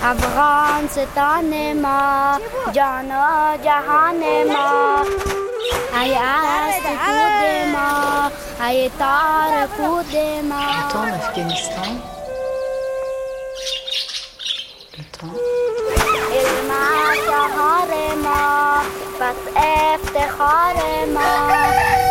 افغان ستان ما جان و جهان ما ای است خود ما ای تار خود ما. Le temps d'Afghanistan. Le temps. علم سهار ما پس افتخار ما.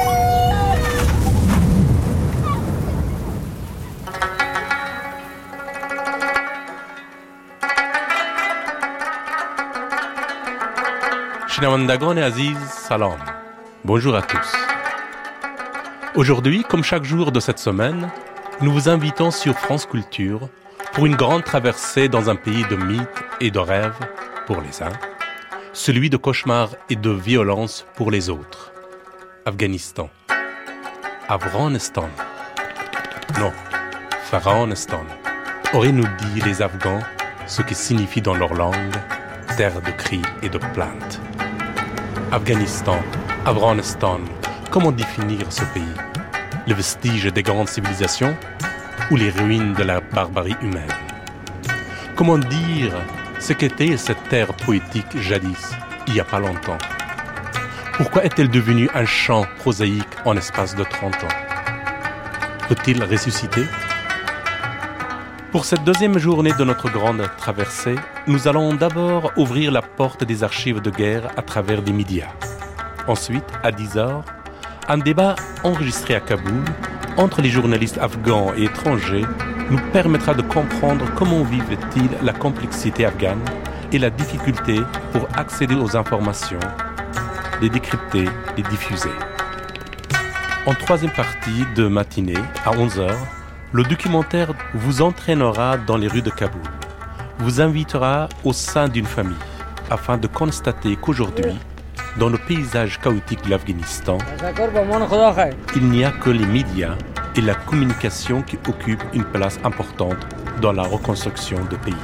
شنوندگان عزیز سلام. Bonjour à tous. Aujourd'hui, comme chaque jour de cette semaine, nous vous invitons sur France Culture pour une grande traversée dans un pays de mythes et de rêves pour les uns, celui de cauchemars et de violence pour les autres. Afghanistan. Afghanistan. Non, Pharaonistan. Auraient-nous dit les Afghans ce qui signifie dans leur langue terre de cris et de plaintes. Afghanistan, Afghanistan, comment définir ce pays? Le vestige des grandes civilisations ou les ruines de la barbarie humaine? Comment dire ce qu'était cette terre poétique jadis, il n'y a pas longtemps? Pourquoi est-elle devenue un chant prosaïque en espace de 30 ans? Peut-il ressusciter? Pour cette deuxième journée de notre grande traversée, nous allons d'abord ouvrir la porte des archives de guerre à travers des médias. Ensuite, à 10h, un débat enregistré à Kaboul entre les journalistes afghans et étrangers nous permettra de comprendre comment vivent-ils la complexité afghane et la difficulté pour accéder aux informations, les décrypter, les diffuser. En troisième partie de matinée, à 11h, le documentaire vous entraînera dans les rues de Kaboul, vous invitera au sein d'une famille, afin de constater qu'aujourd'hui, dans le paysage chaotique de l'Afghanistan, il n'y a que les médias et la communication qui occupent une place importante dans la reconstruction du pays.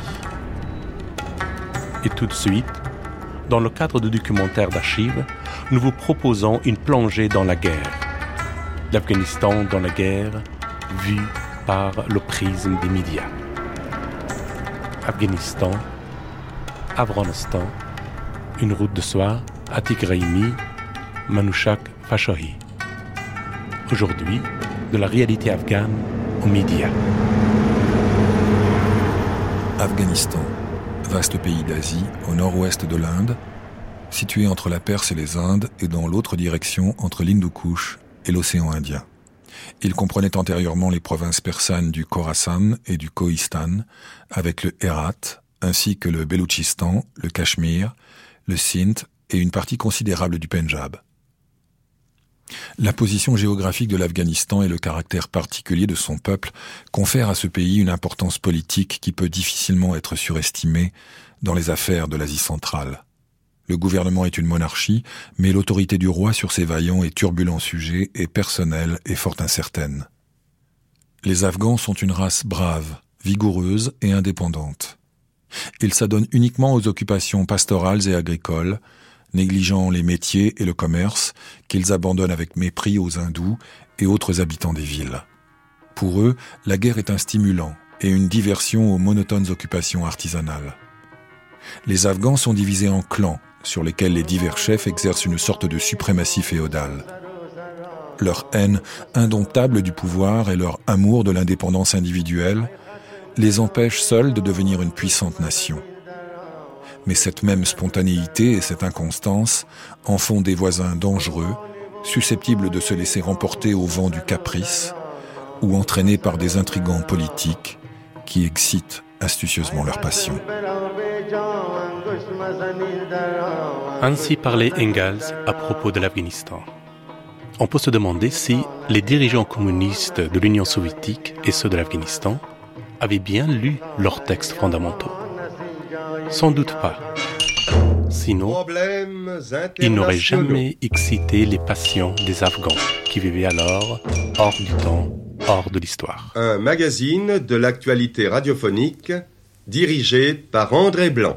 Et tout de suite, dans le cadre du documentaire d'archives, nous vous proposons une plongée dans la guerre. L'Afghanistan dans la guerre, vue par le prisme des médias. Afghanistan, Afghanistan, une route de soie, Atiq Rahimi, Manouchak Fashohi. Aujourd'hui, de la réalité afghane aux médias. Afghanistan, vaste pays d'Asie, au nord-ouest de l'Inde, situé entre la Perse et les Indes et dans l'autre direction entre l'Hindou-Kush et l'océan Indien. Il comprenait antérieurement les provinces persanes du Khorasan et du Kohistan, avec le Hérat, ainsi que le Beloutchistan, le Cachemire, le Sindh et une partie considérable du Pendjab. La position géographique de l'Afghanistan et le caractère particulier de son peuple confèrent à ce pays une importance politique qui peut difficilement être surestimée dans les affaires de l'Asie centrale. Le gouvernement est une monarchie, mais l'autorité du roi sur ses vaillants et turbulents sujets est personnelle et fort incertaine. Les Afghans sont une race brave, vigoureuse et indépendante. Ils s'adonnent uniquement aux occupations pastorales et agricoles, négligeant les métiers et le commerce qu'ils abandonnent avec mépris aux hindous et autres habitants des villes. Pour eux, la guerre est un stimulant et une diversion aux monotones occupations artisanales. Les Afghans sont divisés en clans, sur lesquels les divers chefs exercent une sorte de suprématie féodale. Leur haine indomptable du pouvoir et leur amour de l'indépendance individuelle les empêchent seuls de devenir une puissante nation. Mais cette même spontanéité et cette inconstance en font des voisins dangereux, susceptibles de se laisser remporter au vent du caprice ou entraînés par des intrigants politiques qui excitent astucieusement leur passion. Ainsi parlait Engels à propos de l'Afghanistan. On peut se demander si les dirigeants communistes de l'Union soviétique et ceux de l'Afghanistan avaient bien lu leurs textes fondamentaux. Sans doute pas. Sinon, ils n'auraient jamais excité les passions des Afghans qui vivaient alors hors du temps, hors de l'histoire. Un magazine de l'actualité radiophonique dirigé par André Blanc.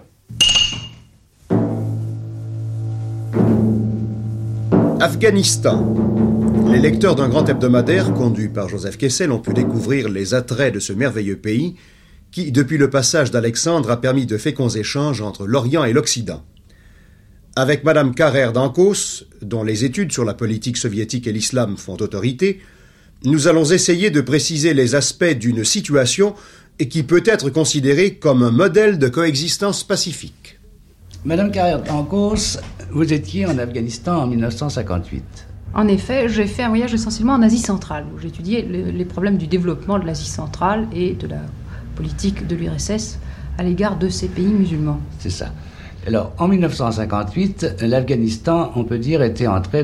Afghanistan. Les lecteurs d'un grand hebdomadaire conduit par Joseph Kessel ont pu découvrir les attraits de ce merveilleux pays qui, depuis le passage d'Alexandre, a permis de féconds échanges entre l'Orient et l'Occident. Avec Madame Carrère d'Ancos, dont les études sur la politique soviétique et l'islam font autorité, nous allons essayer de préciser les aspects d'une situation et qui peut être considérée comme un modèle de coexistence pacifique. Madame Carrère d'Ancos, vous étiez en Afghanistan en 1958. En effet, j'ai fait un voyage essentiellement en Asie centrale, où j'ai étudié les problèmes du développement de l'Asie centrale et de la politique de l'URSS à l'égard de ces pays musulmans. C'est ça. Alors, en 1958, l'Afghanistan, on peut dire, était entré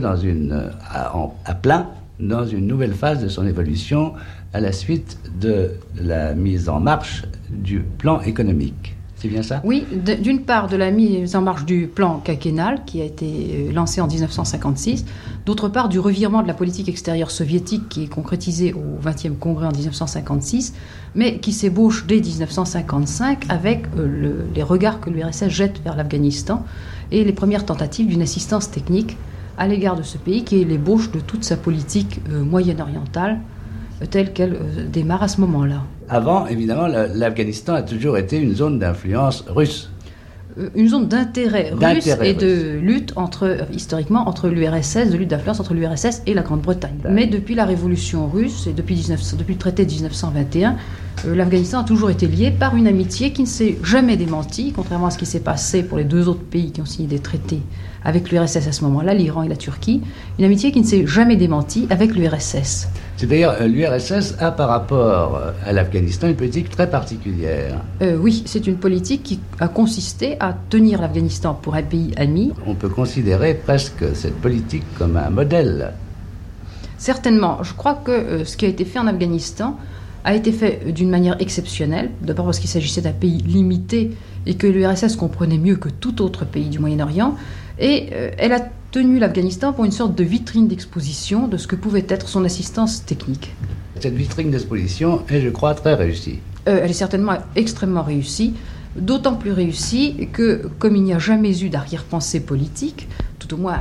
à plein dans une nouvelle phase de son évolution à la suite de la mise en marche du plan économique. C'est bien ça ? Oui, d'une part de la mise en marche du plan quinquennal qui a été lancé en 1956, d'autre part du revirement de la politique extérieure soviétique qui est concrétisé au 20e congrès en 1956, mais qui s'ébauche dès 1955 avec les regards que l'URSS jette vers l'Afghanistan et les premières tentatives d'une assistance technique à l'égard de ce pays qui est l'ébauche de toute sa politique moyen-orientale telle qu'elle démarre à ce moment-là. Avant, évidemment, l'Afghanistan a toujours été une zone d'influence russe. Une zone d'intérêt russe et de lutte historiquement entre l'URSS, de lutte d'influence entre l'URSS et la Grande-Bretagne. Mais depuis la révolution russe et depuis le traité de 1921, l'Afghanistan a toujours été lié par une amitié qui ne s'est jamais démentie, contrairement à ce qui s'est passé pour les deux autres pays qui ont signé des traités avec l'URSS à ce moment-là, l'Iran et la Turquie, une amitié qui ne s'est jamais démentie avec l'URSS. C'est d'ailleurs, l'URSS a par rapport à l'Afghanistan une politique très particulière. Oui, c'est une politique qui a consisté à tenir l'Afghanistan pour un pays ami. On peut considérer presque cette politique comme un modèle. Certainement. Je crois que ce qui a été fait en Afghanistan a été fait d'une manière exceptionnelle. D'abord parce qu'il s'agissait d'un pays limité et que l'URSS comprenait mieux que tout autre pays du Moyen-Orient. Et elle a tenu l'Afghanistan pour une sorte de vitrine d'exposition de ce que pouvait être son assistance technique. Cette vitrine d'exposition est, je crois, très réussie. Elle est certainement extrêmement réussie, d'autant plus réussie que, comme il n'y a jamais eu d'arrière-pensée politique, tout au moins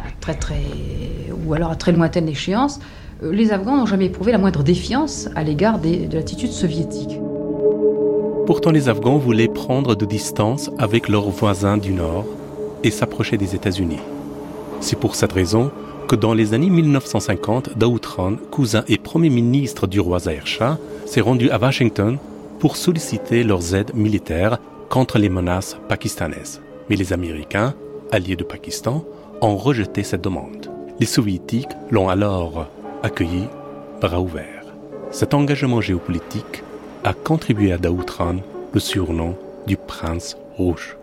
ou alors à très lointaine échéance, les Afghans n'ont jamais éprouvé la moindre défiance à l'égard de l'attitude soviétique. Pourtant, les Afghans voulaient prendre de distance avec leurs voisins du Nord et s'approcher des États-Unis. C'est pour cette raison que dans les années 1950, Daoud Khan, cousin et premier ministre du roi Zahir Shah, s'est rendu à Washington pour solliciter leurs aides militaires contre les menaces pakistanaises. Mais les Américains, alliés du Pakistan, ont rejeté cette demande. Les Soviétiques l'ont alors accueilli bras ouverts. Cet engagement géopolitique a contribué à Daoud Khan le surnom du Prince Rouge.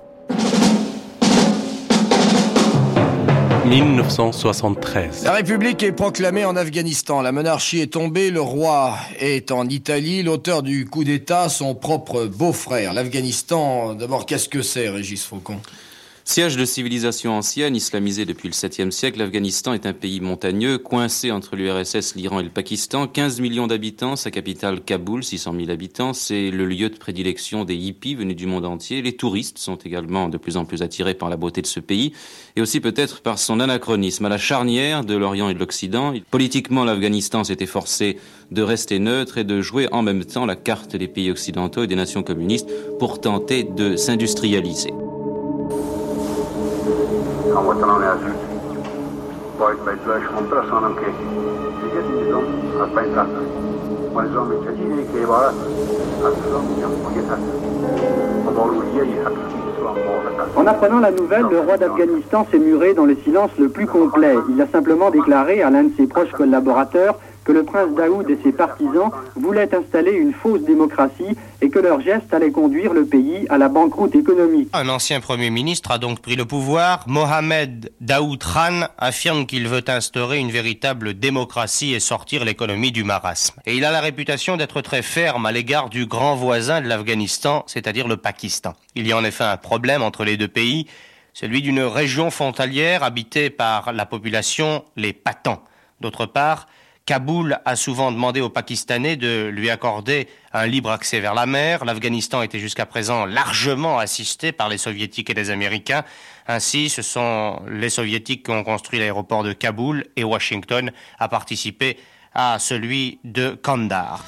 1973. La République est proclamée en Afghanistan. La monarchie est tombée, le roi est en Italie. L'auteur du coup d'État, son propre beau-frère. L'Afghanistan, d'abord, qu'est-ce que c'est, Régis Faucon ? Siège de civilisation ancienne, islamisée depuis le 7e siècle, l'Afghanistan est un pays montagneux, coincé entre l'URSS, l'Iran et le Pakistan. 15 millions d'habitants, sa capitale Kaboul, 600 000 habitants. C'est le lieu de prédilection des hippies venus du monde entier. Les touristes sont également de plus en plus attirés par la beauté de ce pays et aussi peut-être par son anachronisme. À la charnière de l'Orient et de l'Occident, politiquement, l'Afghanistan s'est efforcé de rester neutre et de jouer en même temps la carte des pays occidentaux et des nations communistes pour tenter de s'industrialiser. هموطنان عزیز باید به اطلاع شما برسانم که دیگر این نظام از بین رفته و نظام جدیدی که عبارت از نظام جمهوریت است و با روحیه حقیقی اسلام موافق است. En apprenant la nouvelle, le roi d'Afghanistan s'est muré dans le silence le plus complet. Il a simplement déclaré à l'un de ses proches collaborateurs que le prince Daoud et ses partisans voulaient installer une fausse démocratie et que leur geste allait conduire le pays à la banqueroute économique. Un ancien Premier ministre a donc pris le pouvoir. Mohamed Daoud Khan affirme qu'il veut instaurer une véritable démocratie et sortir l'économie du marasme. Et il a la réputation d'être très ferme à l'égard du grand voisin de l'Afghanistan, c'est-à-dire le Pakistan. Il y a en effet un problème entre les deux pays, celui d'une région frontalière habitée par la population, les Pathans. D'autre part, Kaboul a souvent demandé aux Pakistanais de lui accorder un libre accès vers la mer. L'Afghanistan était jusqu'à présent largement assisté par les Soviétiques et les Américains. Ainsi, ce sont les Soviétiques qui ont construit l'aéroport de Kaboul et Washington a participé à celui de Kandahar.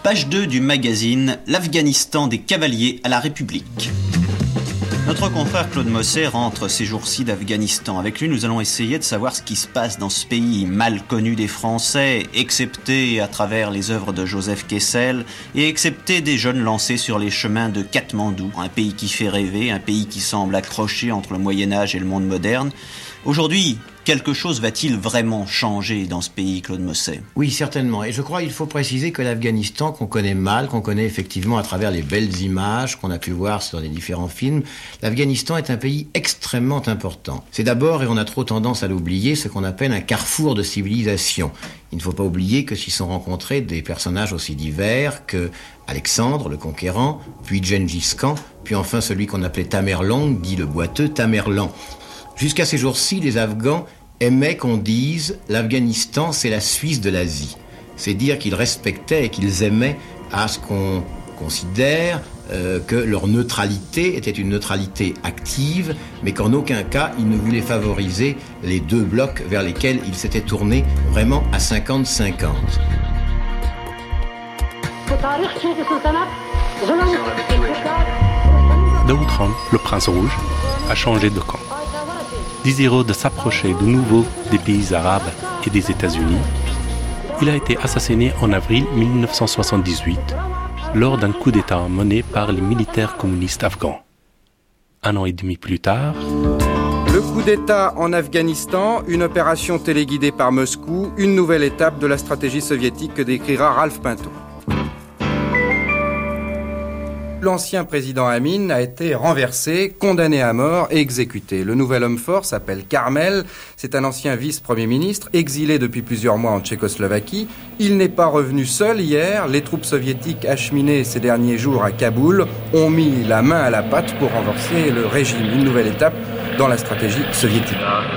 Page 2 du magazine L'Afghanistan des cavaliers à la République. Notre confrère Claude Mossé rentre ces jours-ci d'Afghanistan. Avec lui, nous allons essayer de savoir ce qui se passe dans ce pays mal connu des Français, excepté à travers les œuvres de Joseph Kessel, et excepté des jeunes lancés sur les chemins de Katmandou, un pays qui fait rêver, un pays qui semble accroché entre le Moyen-Âge et le monde moderne. Aujourd'hui, quelque chose va-t-il vraiment changer dans ce pays, Claude Mossé ? Oui, certainement. Et je crois qu'il faut préciser que l'Afghanistan, qu'on connaît mal, qu'on connaît effectivement à travers les belles images qu'on a pu voir dans les différents films, l'Afghanistan est un pays extrêmement important. C'est d'abord, et on a trop tendance à l'oublier, ce qu'on appelle un carrefour de civilisation. Il ne faut pas oublier que s'y sont rencontrés des personnages aussi divers que Alexandre, le conquérant, puis Gengis Khan, puis enfin celui qu'on appelait Tamerlong, dit le boiteux Tamerlan. Jusqu'à ces jours-ci, les Afghans aimaient qu'on dise « l'Afghanistan, c'est la Suisse de l'Asie ». C'est dire qu'ils respectaient et qu'ils aimaient à ce qu'on considère que leur neutralité était une neutralité active, mais qu'en aucun cas, ils ne voulaient favoriser les deux blocs vers lesquels ils s'étaient tournés vraiment à 50-50. Daoud Khan, le prince rouge, a changé de camp. Désireux de s'approcher de nouveau des pays arabes et des États-Unis, il a été assassiné en avril 1978 lors d'un coup d'État mené par les militaires communistes afghans. Un an et demi plus tard... Le coup d'État en Afghanistan, une opération téléguidée par Moscou, une nouvelle étape de la stratégie soviétique que décrira Ralph Pinto. L'ancien président Amin a été renversé, condamné à mort et exécuté. Le nouvel homme fort s'appelle Karmel. C'est un ancien vice-premier ministre, exilé depuis plusieurs mois en Tchécoslovaquie. Il n'est pas revenu seul hier. Les troupes soviétiques acheminées ces derniers jours à Kaboul ont mis la main à la pâte pour renverser le régime. Une nouvelle étape dans la stratégie soviétique.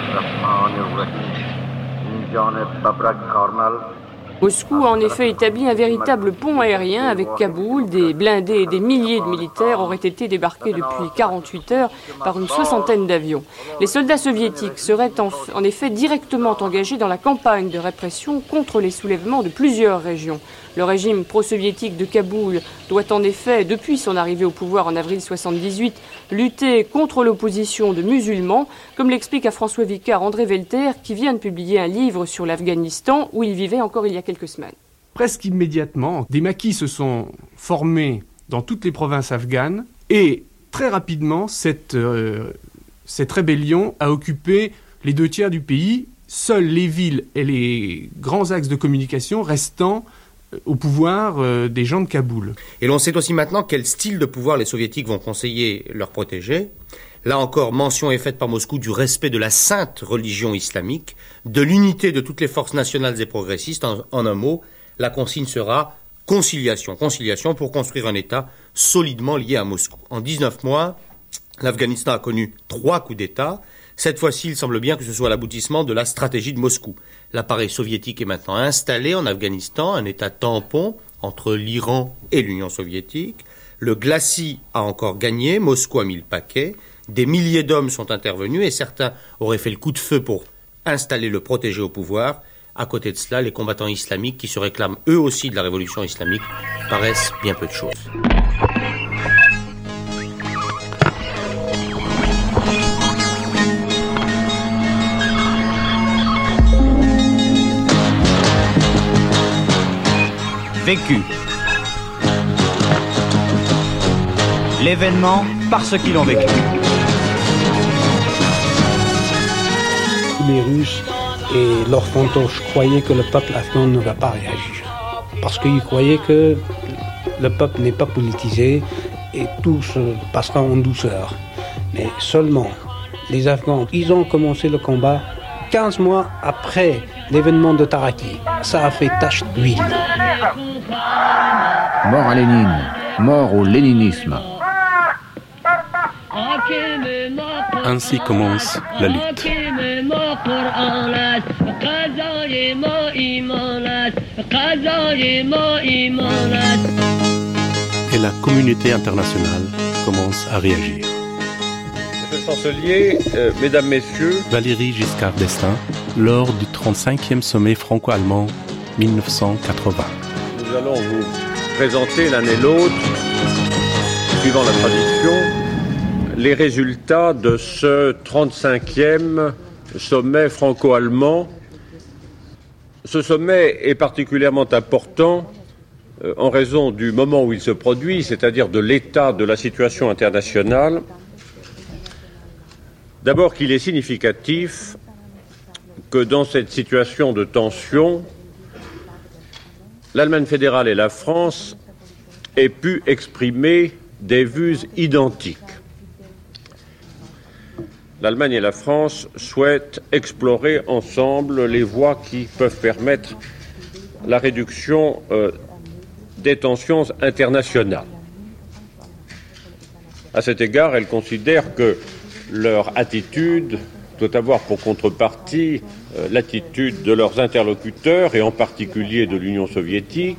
Moscou a en effet établi un véritable pont aérien avec Kaboul. Des blindés et des milliers de militaires auraient été débarqués depuis 48 heures par une soixantaine d'avions. Les soldats soviétiques seraient en effet directement engagés dans la campagne de répression contre les soulèvements de plusieurs régions. Le régime pro-soviétique de Kaboul doit en effet, depuis son arrivée au pouvoir en avril 1978, lutter contre l'opposition de musulmans, comme l'explique à François Vicard André Velter, qui vient de publier un livre sur l'Afghanistan où il vivait encore il y a quelques semaines. Presque immédiatement, des maquis se sont formés dans toutes les provinces afghanes et très rapidement, cette rébellion a occupé les 2/3 du pays, seules les villes et les grands axes de communication restant au pouvoir des gens de Kaboul. Et l'on sait aussi maintenant quel style de pouvoir les soviétiques vont conseiller leurs protégés. Là encore, mention est faite par Moscou du respect de la sainte religion islamique, de l'unité de toutes les forces nationales et progressistes. En un mot, la consigne sera conciliation. Conciliation pour construire un État solidement lié à Moscou. En 19 mois, l'Afghanistan a connu 3 coups d'État. Cette fois-ci, il semble bien que ce soit l'aboutissement de la stratégie de Moscou. L'appareil soviétique est maintenant installé en Afghanistan, un État tampon entre l'Iran et l'Union soviétique. Le glacis a encore gagné, Moscou a mis le paquet. Des milliers d'hommes sont intervenus et certains auraient fait le coup de feu pour installer le protégé au pouvoir. À côté de cela, les combattants islamiques qui se réclament eux aussi de la révolution islamique paraissent bien peu de choses. Vécu. L'événement par ceux qui l'ont vécu. Les Russes et leurs fantoches croyaient que le peuple afghan ne va pas réagir. Parce qu'ils croyaient que le peuple n'est pas politisé et tout se passera en douceur. Mais seulement les Afghans, ils ont commencé le combat 15 mois après l'événement de Taraki. Ça a fait tache d'huile. Mort à Lénine, mort au léninisme. Ainsi commence la lutte. Et la communauté internationale commence à réagir. Monsieur le chancelier, mesdames, messieurs... Valéry Giscard d'Estaing, lors du 35e sommet franco-allemand 1980. Nous allons vous présenter l'un et l'autre, suivant la tradition, les résultats de ce 35e sommet franco-allemand. Ce sommet est particulièrement important en raison du moment où il se produit, c'est-à-dire de l'état de la situation internationale. D'abord qu'il est significatif que dans cette situation de tension, l'Allemagne fédérale et la France aient pu exprimer des vues identiques. L'Allemagne et la France souhaitent explorer ensemble les voies qui peuvent permettre la réduction des tensions internationales. À cet égard, elles considèrent que leur attitude doit avoir pour contrepartie l'attitude de leurs interlocuteurs, et en particulier de l'Union soviétique,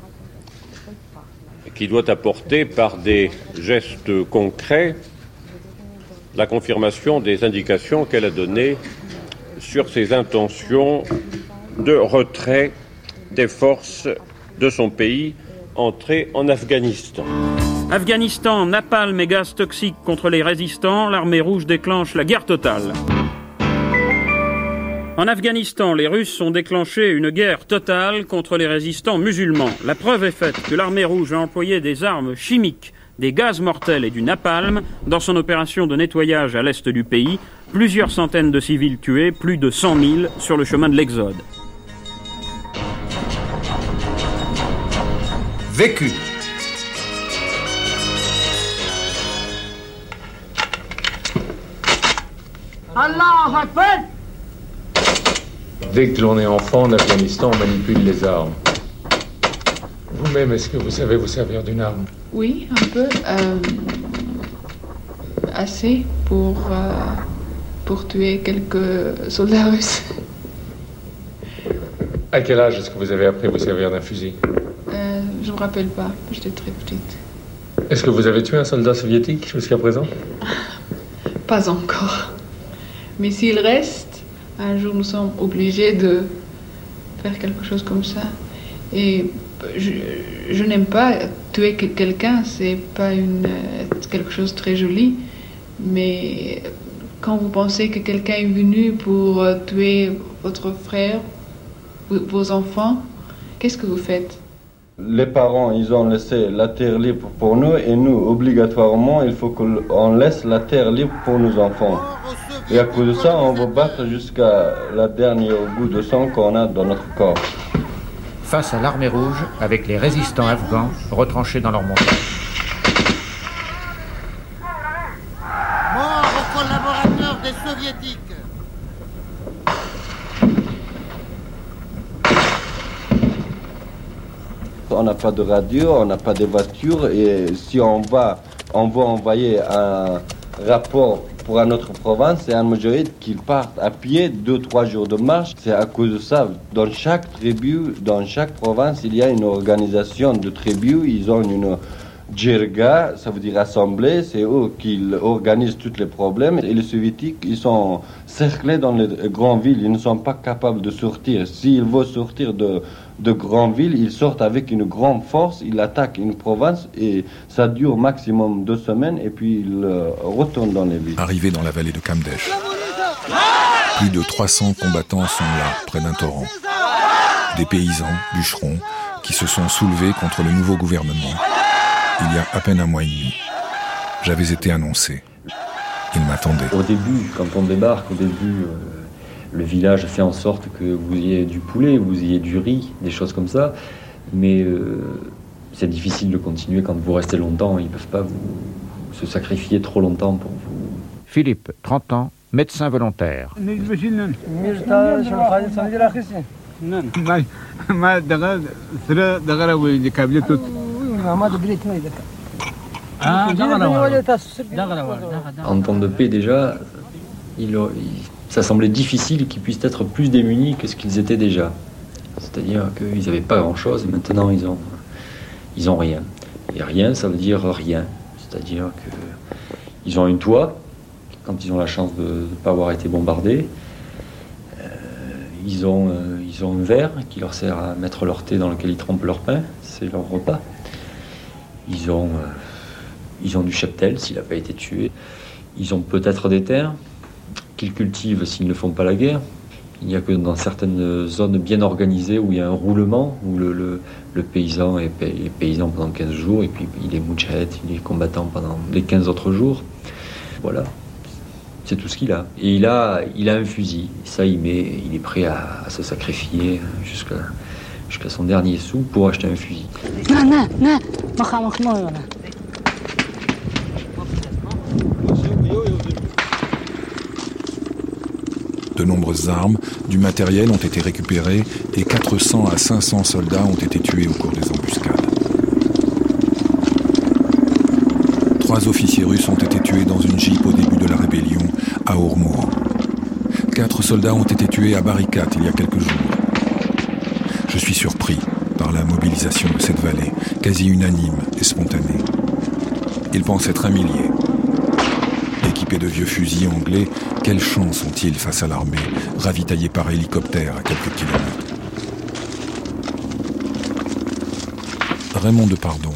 qui doit apporter par des gestes concrets la confirmation des indications qu'elle a données sur ses intentions de retrait des forces de son pays entrées en Afghanistan. Afghanistan, napalm et gaz toxique contre les résistants, l'armée rouge déclenche la guerre totale. En Afghanistan, les Russes ont déclenché une guerre totale contre les résistants musulmans. La preuve est faite que l'armée rouge a employé des armes chimiques, des gaz mortels et du napalm dans son opération de nettoyage à l'est du pays. Plusieurs centaines de civils tués, plus de 100 000 sur le chemin de l'Exode. Vécu. Allah Akbar. Dès que l'on est enfant, en Afghanistan, on manipule les armes. Vous-même, est-ce que vous savez vous servir d'une arme? Oui, un peu. Assez pour tuer quelques soldats russes. À quel âge est-ce que vous avez appris à vous servir d'un fusil? Je me rappelle pas, j'étais très petite. Est-ce que vous avez tué un soldat soviétique jusqu'à présent? Pas encore. Mais s'il reste, un jour nous sommes obligés de faire quelque chose comme ça. Et je n'aime pas tuer quelqu'un, c'est pas quelque chose de très joli. Mais quand vous pensez que quelqu'un est venu pour tuer votre frère, vos enfants, qu'est-ce que vous faites? Les parents, ils ont laissé la terre libre pour nous, et nous, obligatoirement, il faut qu'on laisse la terre libre pour nos enfants. Et à cause de ça, on va battre jusqu'à la dernière goutte de sang qu'on a dans notre corps. Face à l'armée rouge, avec les résistants afghans retranchés dans leurs montagnes. Mort aux collaborateurs des soviétiques. On n'a pas de radio, on n'a pas de voiture, et si on va envoyer un rapport pour une autre province, c'est un moudjahid qui part à pied 2-3 jours de marche. C'est à cause de ça, dans chaque tribu, dans chaque province, il y a une organisation de tribus, ils ont une djirga, ça veut dire assemblée, c'est eux qui organisent tous les problèmes. Et les soviétiques, ils sont cerclés dans les grandes villes, ils ne sont pas capables de sortir. S'ils veulent sortir de grandes villes, ils sortent avec une grande force, ils attaquent une province et ça dure maximum 2 semaines et puis ils retournent dans les villes. Arrivés dans la vallée de Kamdesh, plus de 300 combattants sont là, près d'un torrent. Des paysans, bûcherons, qui se sont soulevés contre le nouveau gouvernement. Il y a à peine un mois et demi. J'avais été annoncé. Ils m'attendaient. Au début, quand on débarque, le village fait en sorte que vous ayez du poulet, vous ayez du riz, des choses comme ça. Mais c'est difficile de continuer quand vous restez longtemps. Ils ne peuvent pas se sacrifier trop longtemps pour vous. Philippe, 30 ans, médecin volontaire. En temps de paix, déjà, ça semblait difficile qu'ils puissent être plus démunis que ce qu'ils étaient déjà. C'est-à-dire qu'ils n'avaient pas grand-chose et maintenant ils ont rien. Et rien, ça veut dire rien. C'est-à-dire qu'ils ont un toit, quand ils ont la chance de ne pas avoir été bombardés. Ils ont un verre qui leur sert à mettre leur thé dans lequel ils trempent leur pain, c'est leur repas. Ils ont du cheptel s'il n'a pas été tué. Ils ont peut-être des terres qu'ils cultivent s'ils ne font pas la guerre. Il n'y a que dans certaines zones bien organisées où il y a un roulement, où le paysan est paysan pendant 15 jours et puis il est moudjahid, il est combattant pendant les 15 autres jours. Voilà, c'est tout ce qu'il a. Et il a un fusil. Et ça, il est prêt à se sacrifier jusqu'à son dernier sou pour acheter un fusil. De nombreuses armes, du matériel ont été récupérés et 400 à 500 soldats ont été tués au cours des embuscades. 3 officiers russes ont été tués dans une jeep au début de la rébellion à Ormuz. 4 soldats ont été tués à Barikat il y a quelques jours. Je suis surpris par la mobilisation de cette vallée, quasi unanime et spontanée. Ils pensent être un millier. Équipés de vieux fusils anglais, quelle chance ont-ils face à l'armée, ravitaillée par hélicoptère à quelques kilomètres. Raymond Depardon,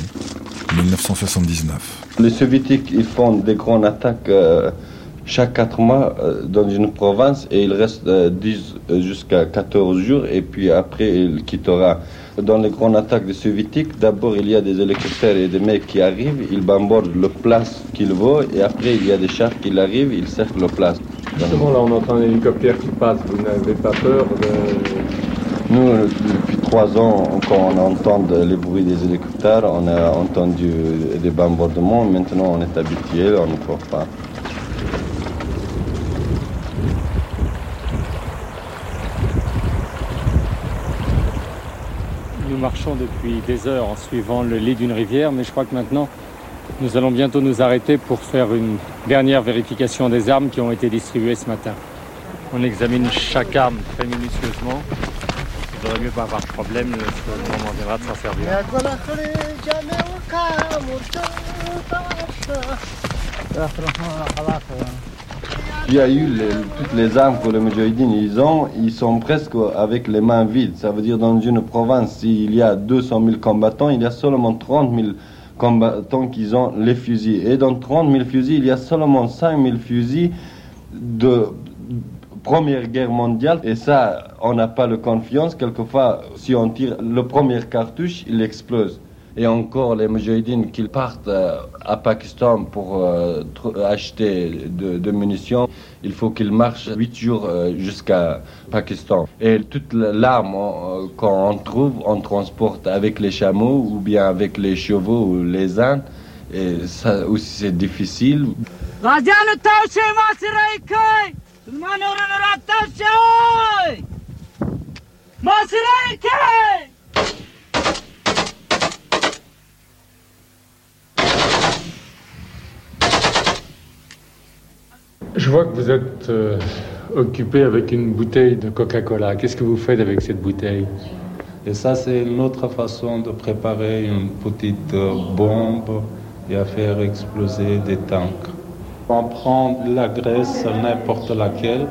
1979. Les soviétiques, ils font des grandes attaques chaque 4 mois dans une province et il reste 10 jusqu'à 14 jours et puis après il quittera. Dans les grandes attaques des soviétiques, d'abord il y a des hélicoptères et des mecs qui arrivent, ils bombardent le place qu'il veut et après il y a des chars qui arrivent, ils cerclent le place. Justement là on entend un hélicoptère qui passe, vous n'avez pas peur de... Nous depuis 3 ans quand on entend les bruits des hélicoptères, on a entendu des bombardements, maintenant on est habitué, on ne court pas. Nous marchons depuis des heures en suivant le lit d'une rivière, mais je crois que maintenant, nous allons bientôt nous arrêter pour faire une dernière vérification des armes qui ont été distribuées ce matin. On examine chaque arme très minutieusement. Il vaudrait mieux pas avoir de problème lorsque le moment viendra de s'en servir. Il y a eu toutes les armes que les Moudjahidines ils sont presque avec les mains vides. Ça veut dire dans une province, s'il y a 200 000 combattants, il y a seulement 30 000 combattants qui ont les fusils. Et dans 30 000 fusils, il y a seulement 5 000 fusils de Première Guerre mondiale. Et ça, on n'a pas de confiance. Quelquefois, si on tire le premier cartouche, il explose. Et encore, les Moudjahidines qui partent à Pakistan pour acheter de munitions, il faut qu'ils marchent 8 jours jusqu'à Pakistan. Et toute l'arme qu'on trouve, on transporte avec les chameaux ou bien avec les chevaux ou les ânes. Et ça aussi, c'est difficile. Je vois que vous êtes occupé avec une bouteille de Coca-Cola. Qu'est-ce que vous faites avec cette bouteille? Et ça, c'est une autre façon de préparer une petite bombe et à faire exploser des tanks. On prend la graisse, n'importe laquelle,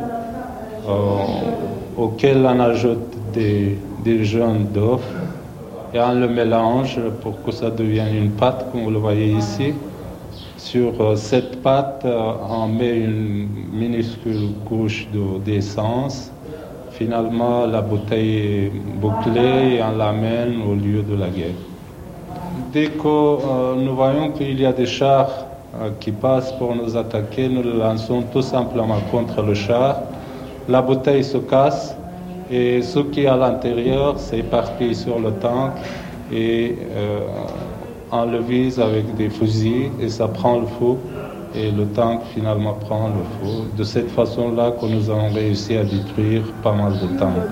auquel on ajoute des jaunes d'œufs et on le mélange pour que ça devienne une pâte, comme vous le voyez ici. Sur cette pâte, on met une minuscule couche d'essence. Finalement, la bouteille est bouclée et on l'amène au lieu de la guerre. Dès que nous voyons qu'il y a des chars qui passent pour nous attaquer, nous le lançons tout simplement contre le char. La bouteille se casse et ce qui est à l'intérieur s'éparpille sur le tank et on le vise avec des fusils et ça prend le feu et le tank finalement prend le feu. De cette façon-là que nous avons réussi à détruire pas mal de tanks.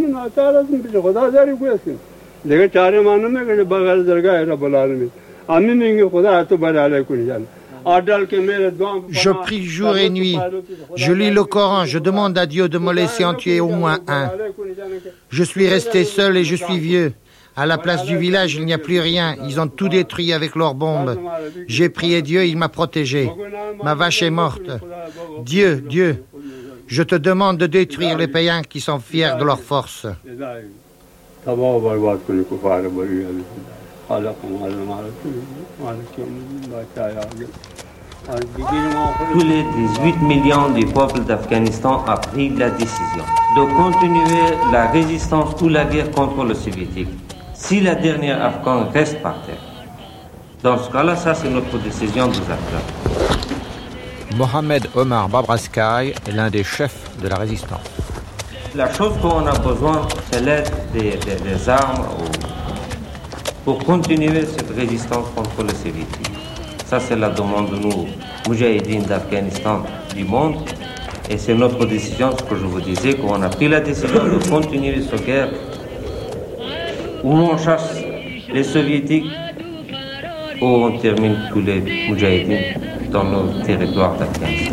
Je prie jour et nuit, je lis le Coran, je demande à Dieu de me laisser en tuer au moins un. Je suis resté seul et je suis vieux. À la place du village, il n'y a plus rien. Ils ont tout détruit avec leurs bombes. J'ai prié Dieu, il m'a protégé. Ma vache est morte. Dieu, Dieu, je te demande de détruire les païens qui sont fiers de leur force. Tous les 18 millions du peuple d'Afghanistan a pris la décision de continuer la résistance ou la guerre contre le soviétique. Si la dernière Afghane reste par terre, dans ce cas-là, ça c'est notre décision des Afghans. Mohamed Omar Babraskaï est l'un des chefs de la résistance. La chose qu'on a besoin, c'est l'aide des armes pour continuer cette résistance contre le soviétique. Ça, c'est la demande de nous, Moudjahidines d'Afghanistan, du monde. Et c'est notre décision, ce que je vous disais, qu'on a pris la décision de continuer cette guerre où on chasse les soviétiques, où on termine tous les Moudjahidines dans nos territoires d'Afghanistan.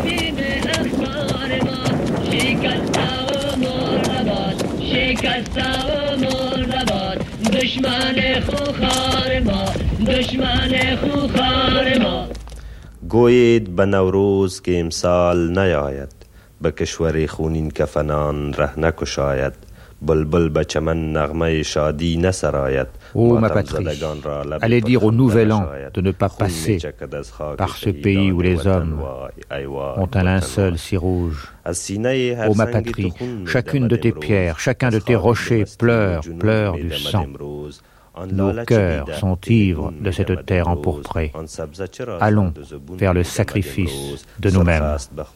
گوید به نوروز که امسال نیاید به کشور خونین کفنان ره نکشاید بلبل به چمن نغمه شادی نسراید. Ô ma patrie, allez dire au nouvel an de ne pas passer par ce pays où les hommes ont un linceul si rouge. Ô ma patrie, chacune de tes pierres, chacun de tes rochers pleure du sang. Nos cœurs sont ivres de cette terre empourprée. Allons vers le sacrifice de nous-mêmes.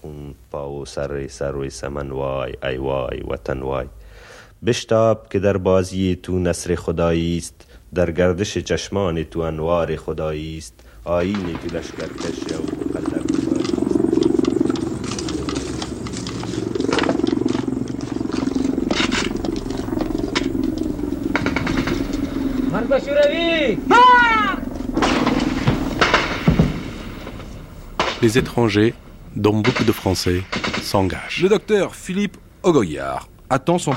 بشتاب که در بازی تو نصر خدایی است در گردش چشمان تو انوار خدایی است آیین تو لشکرکش و مقدر Les étrangers, dont beaucoup de Français, s'engagent. Le docteur Philippe Ogoyar attend son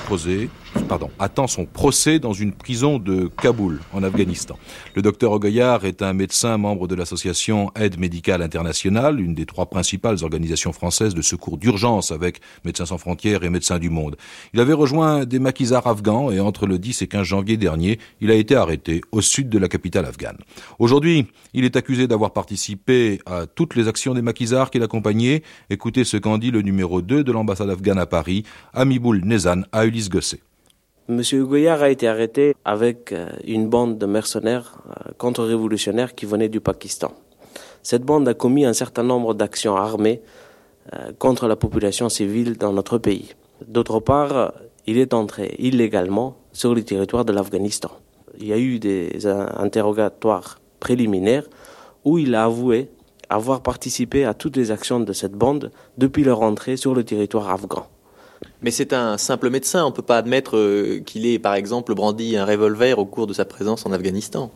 procès dans une prison de Kaboul, en Afghanistan. Le docteur Ogoyar est un médecin membre de l'association Aide médicale internationale, une des 3 principales organisations françaises de secours d'urgence avec Médecins sans frontières et Médecins du monde. Il avait rejoint des maquisards afghans et entre le 10 et 15 janvier dernier, il a été arrêté au sud de la capitale afghane. Aujourd'hui, il est accusé d'avoir participé à toutes les actions des maquisards qui l'accompagnaient. Écoutez ce qu'en dit le numéro 2 de l'ambassade afghane à Paris, Amiboul Nezan, à Ulysse Gosset. Monsieur Ogoyar a été arrêté avec une bande de mercenaires contre-révolutionnaires qui venaient du Pakistan. Cette bande a commis un certain nombre d'actions armées contre la population civile dans notre pays. D'autre part, il est entré illégalement sur le territoire de l'Afghanistan. Il y a eu des interrogatoires préliminaires où il a avoué avoir participé à toutes les actions de cette bande depuis leur entrée sur le territoire afghan. Mais c'est un simple médecin, on ne peut pas admettre qu'il ait, par exemple, brandi un revolver au cours de sa présence en Afghanistan.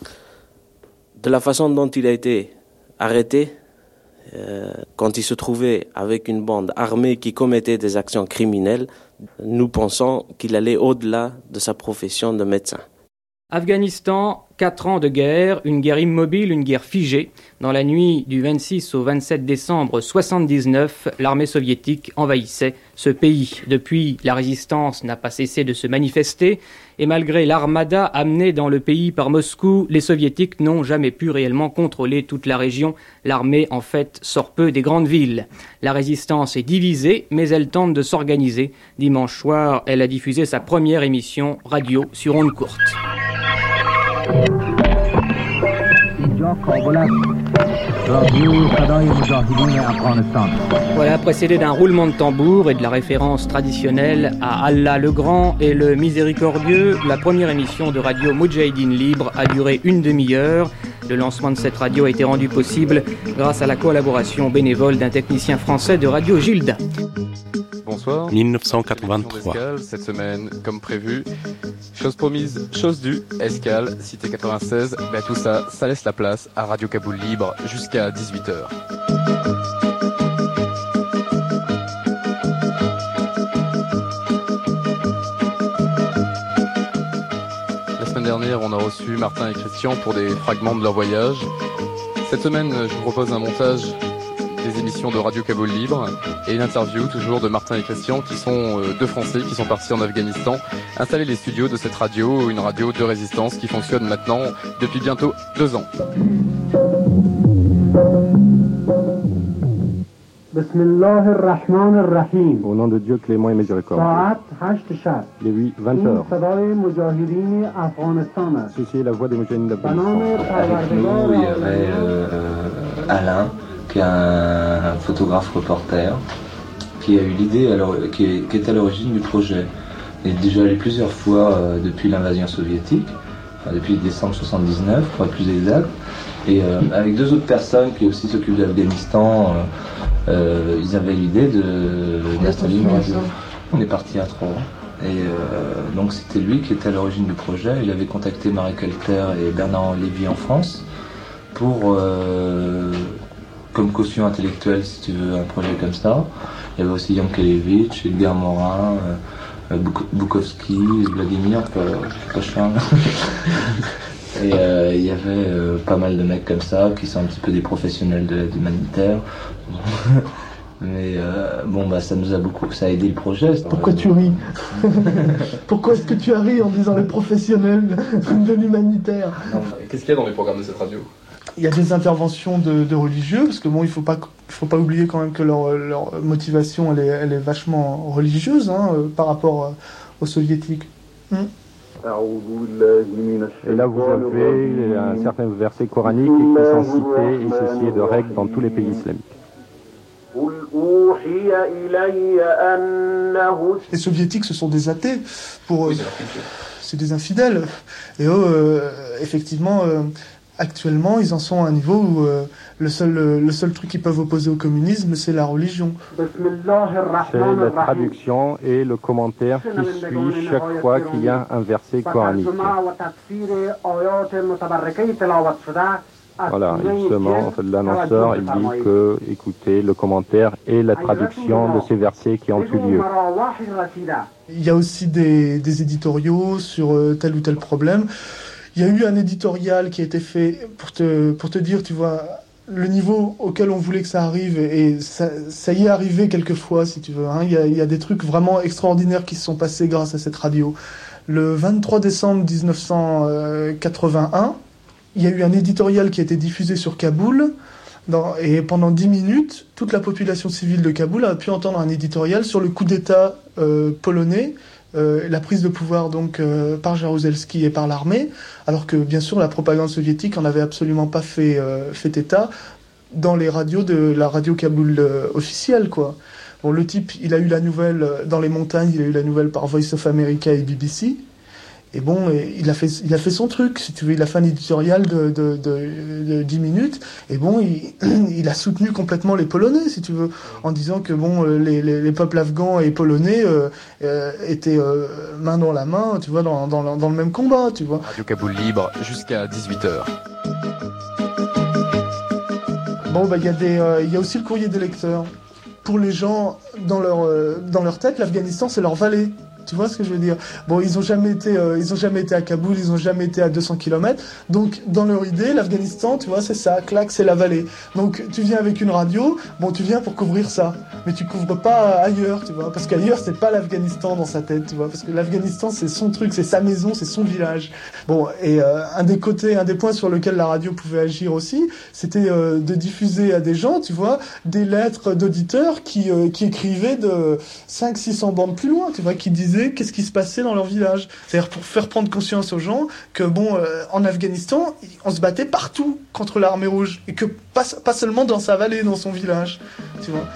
De la façon dont il a été arrêté, quand il se trouvait avec une bande armée qui commettait des actions criminelles, nous pensons qu'il allait au-delà de sa profession de médecin. Afghanistan, 4 ans de guerre, une guerre immobile, une guerre figée. Dans la nuit du 26 au 27 décembre 1979, l'armée soviétique envahissait ce pays. Depuis, la résistance n'a pas cessé de se manifester et malgré l'armada amenée dans le pays par Moscou, les soviétiques n'ont jamais pu réellement contrôler toute la région. L'armée, en fait, sort peu des grandes villes. La résistance est divisée, mais elle tente de s'organiser. Dimanche soir, elle a diffusé sa première émission radio sur ondes courtes. Voilà, précédé d'un roulement de tambour et de la référence traditionnelle à Allah le Grand et le Miséricordieux, la première émission de radio Moudjahidine Libre a duré une demi-heure. Le lancement de cette radio a été rendu possible grâce à la collaboration bénévole d'un technicien français de Radio Gilda. Bonsoir. 1983. Cette semaine, comme prévu, chose promise, chose due, escale, cité 96, tout ça laisse la place à Radio Kaboul Libre jusqu'à 18h. La semaine dernière, on a reçu Martin et Christian pour des fragments de leur voyage. Cette semaine, je vous propose un montage des émissions de Radio Kaboul Libre et une interview toujours de Martin et Christian qui sont deux Français qui sont partis en Afghanistan installer les studios de cette radio, une radio de résistance qui fonctionne maintenant depuis bientôt 2 ans. Au nom de Dieu clément et miséricordieux. Les 20h. Ceci est la voix des Moudjahidines d'Afghanistan. Avec nous, il y avait Alain, qui est un photographe reporter, qui a eu l'idée, qui est à l'origine du projet. Il est déjà allé plusieurs fois depuis l'invasion soviétique, depuis décembre 79, pour être plus exact, et avec 2 autres personnes qui aussi s'occupent de l'Afghanistan. Ils avaient l'idée d'installer une radio. On est parti à 3. Et donc c'était lui qui était à l'origine du projet. Il avait contacté Marie Calter et Bernard Lévy en France pour, comme caution intellectuelle, si tu veux, un projet comme ça. Il y avait aussi Yankelevitch, Edgar Morin, Bukowski, Vladimir, Cochin. Et il y avait pas mal de mecs comme ça qui sont un petit peu des professionnels de l'aide humanitaire. Mais ça nous a beaucoup, ça a aidé le projet. Pourquoi tu ris? Pourquoi est-ce que tu as ri en disant les professionnels de l'humanitaire? Qu'est-ce qu'il y a dans les programmes de cette radio? Il y a des interventions de religieux, parce que bon, il faut pas oublier quand même que leur motivation elle est vachement religieuse par rapport aux soviétiques. Et là, vous avez un certain verset coranique qui sont cités, et ceci est de règle dans tous les pays islamiques. Les soviétiques, ce sont des athées. C'est des infidèles. Et eux, effectivement, actuellement, ils en sont à un niveau où le seul truc qu'ils peuvent opposer au communisme, c'est la religion. C'est la traduction et le commentaire qui suit chaque fois qu'il y a un verset coranique. Voilà, justement, l'annonceur il dit que, écoutez, le commentaire et la traduction de ces versets qui ont eu lieu. Il y a aussi des éditoriaux sur tel ou tel problème. Il y a eu un éditorial qui a été fait pour te dire, tu vois, le niveau auquel on voulait que ça arrive, et ça y est arrivé quelquefois, si tu veux. Il y a des trucs vraiment extraordinaires qui se sont passés grâce à cette radio. Le 23 décembre 1981, il y a eu un éditorial qui a été diffusé sur Kaboul, et pendant 10 minutes, toute la population civile de Kaboul a pu entendre un éditorial sur le coup d'État polonais, la prise de pouvoir donc par Jaruzelski et par l'armée, alors que bien sûr la propagande soviétique en avait absolument pas fait état dans les radios de la radio Kaboul officielle, quoi. Bon, le type, il a eu la nouvelle dans les montagnes, il a eu la nouvelle par Voice of America et BBC. Et bon, il a fait son truc, si tu veux. Il a fait un éditorial de 10 minutes. Et bon, il a soutenu complètement les Polonais, si tu veux, en disant que bon, les peuples afghans et polonais étaient main dans la main, tu vois, dans le même combat, tu vois. Radio Kaboul Libre jusqu'à 18h. Bon, il y a aussi le courrier des lecteurs. Pour les gens, dans leur tête, l'Afghanistan, c'est leur vallée. Tu vois ce que je veux dire? Bon, ils ont jamais été à Kaboul, ils ont jamais été à 200 km. Donc, dans leur idée, l'Afghanistan, tu vois, c'est ça, clac, c'est la vallée. Donc, tu viens avec une radio, bon, tu viens pour couvrir ça. Mais tu couvres pas ailleurs, tu vois. Parce qu'ailleurs, c'est pas l'Afghanistan dans sa tête, tu vois. Parce que l'Afghanistan, c'est son truc, c'est sa maison, c'est son village. Bon, et un des points sur lequel la radio pouvait agir aussi, c'était de diffuser à des gens, tu vois, des lettres d'auditeurs qui écrivaient de 500-600 bandes plus loin, tu vois, qui disaient qu'est-ce qui se passait dans leur village. C'est-à-dire pour faire prendre conscience aux gens que, bon, en Afghanistan, on se battait partout contre l'armée rouge. Et que pas seulement dans sa vallée, dans son village. Tu vois.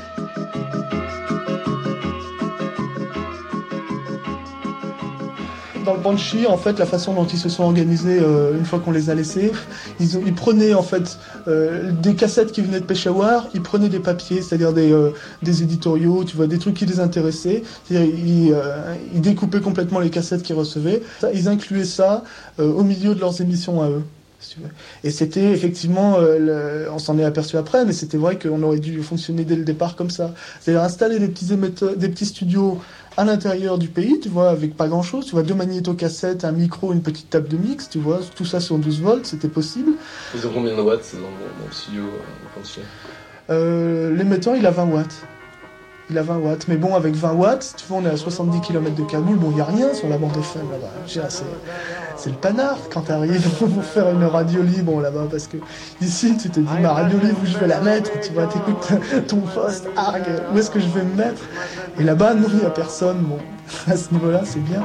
Dans le Banshee, en fait, la façon dont ils se sont organisés une fois qu'on les a laissés, ils prenaient en fait des cassettes qui venaient de Peshawar, ils prenaient des papiers, c'est-à-dire des éditoriaux, tu vois, des trucs qui les intéressaient. C'est-à-dire ils découpaient complètement les cassettes qu'ils recevaient. Ils incluaient ça au milieu de leurs émissions à eux. Et c'était effectivement, on s'en est aperçu après, mais c'était vrai qu'on aurait dû fonctionner dès le départ comme ça. C'est-à-dire installer des petits studios à l'intérieur du pays, tu vois, avec pas grand-chose, tu vois, 2 magnétocassettes, un micro, une petite table de mix, tu vois, tout ça sur 12 volts, c'était possible. Ils ont combien de watts dans le studio L'émetteur, il a 20 watts. Il a 20 watts. Mais bon, avec 20 watts, tu vois, on est à 70 km de Kaboul. Bon, il n'y a rien sur la bande FM là-bas. C'est le panard quand tu arrives pour faire une radio libre là-bas. Parce que ici, tu te dis, ma radio libre, où je vais la mettre? Tu vois, t'écoutes ton poste, arg, où est-ce que je vais me mettre? Et là-bas, non, il n'y a personne. Bon, à ce niveau-là, c'est bien.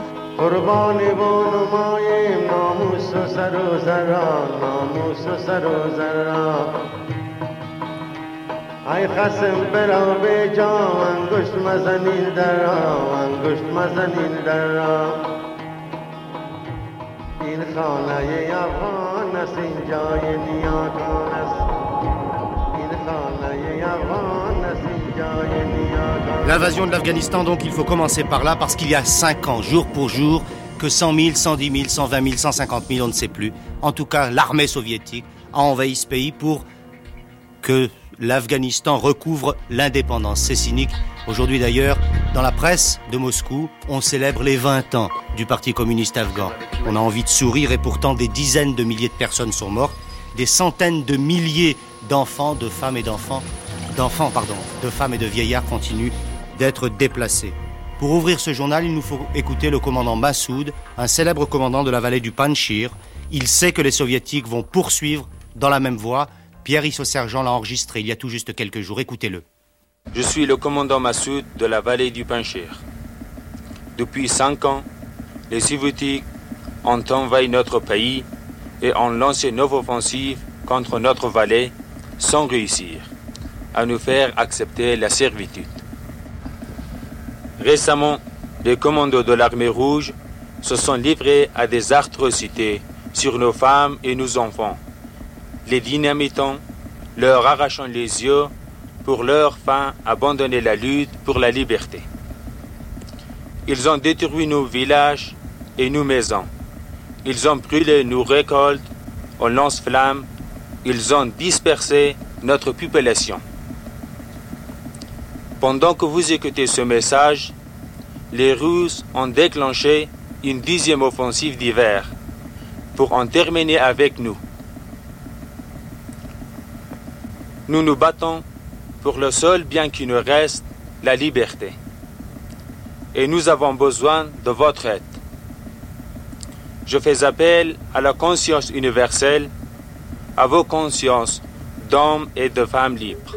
ای خصم برا به جا انگشت مزنین در را انگشت مزنین در را این خانه افغان است این جای نیاکان است این خانه افغان است این جای نیاکان. L'invasion de l'Afghanistan, donc il faut commencer par là, parce qu'il y a 5 ans, jour pour jour, que 100 000, 110 000, 120 000, 150 000, on ne sait plus, en tout cas l'armée soviétique a envahi ce pays pour que l'Afghanistan recouvre l'indépendance. C'est cynique. Aujourd'hui d'ailleurs, dans la presse de Moscou, on célèbre les 20 ans du Parti communiste afghan. On a envie de sourire et pourtant des dizaines de milliers de personnes sont mortes. Des centaines de milliers d'enfants, de femmes et de femmes et de vieillards continuent d'être déplacés. Pour ouvrir ce journal, il nous faut écouter le commandant Massoud, un célèbre commandant de la vallée du Panjshir. Il sait que les soviétiques vont poursuivre dans la même voie. Pierre Issot-Sergent l'a enregistré il y a tout juste quelques jours. Écoutez-le. Je suis le commandant Massoud de la vallée du Panjshir. Depuis 5 ans, les soviétiques ont envahi notre pays et ont lancé une offensive contre notre vallée sans réussir à nous faire accepter la servitude. Récemment, les commandos de l'armée rouge se sont livrés à des atrocités sur nos femmes et nos enfants, les dynamitant, leur arrachant les yeux pour leur fin abandonner la lutte pour la liberté. Ils ont détruit nos villages et nos maisons. Ils ont brûlé nos récoltes au lance-flammes. Ils ont dispersé notre population. Pendant que vous écoutez ce message, les Russes ont déclenché une 10e offensive d'hiver pour en terminer avec nous. Nous nous battons pour le seul bien qui nous reste, la liberté. Et nous avons besoin de votre aide. Je fais appel à la conscience universelle, à vos consciences d'hommes et de femmes libres.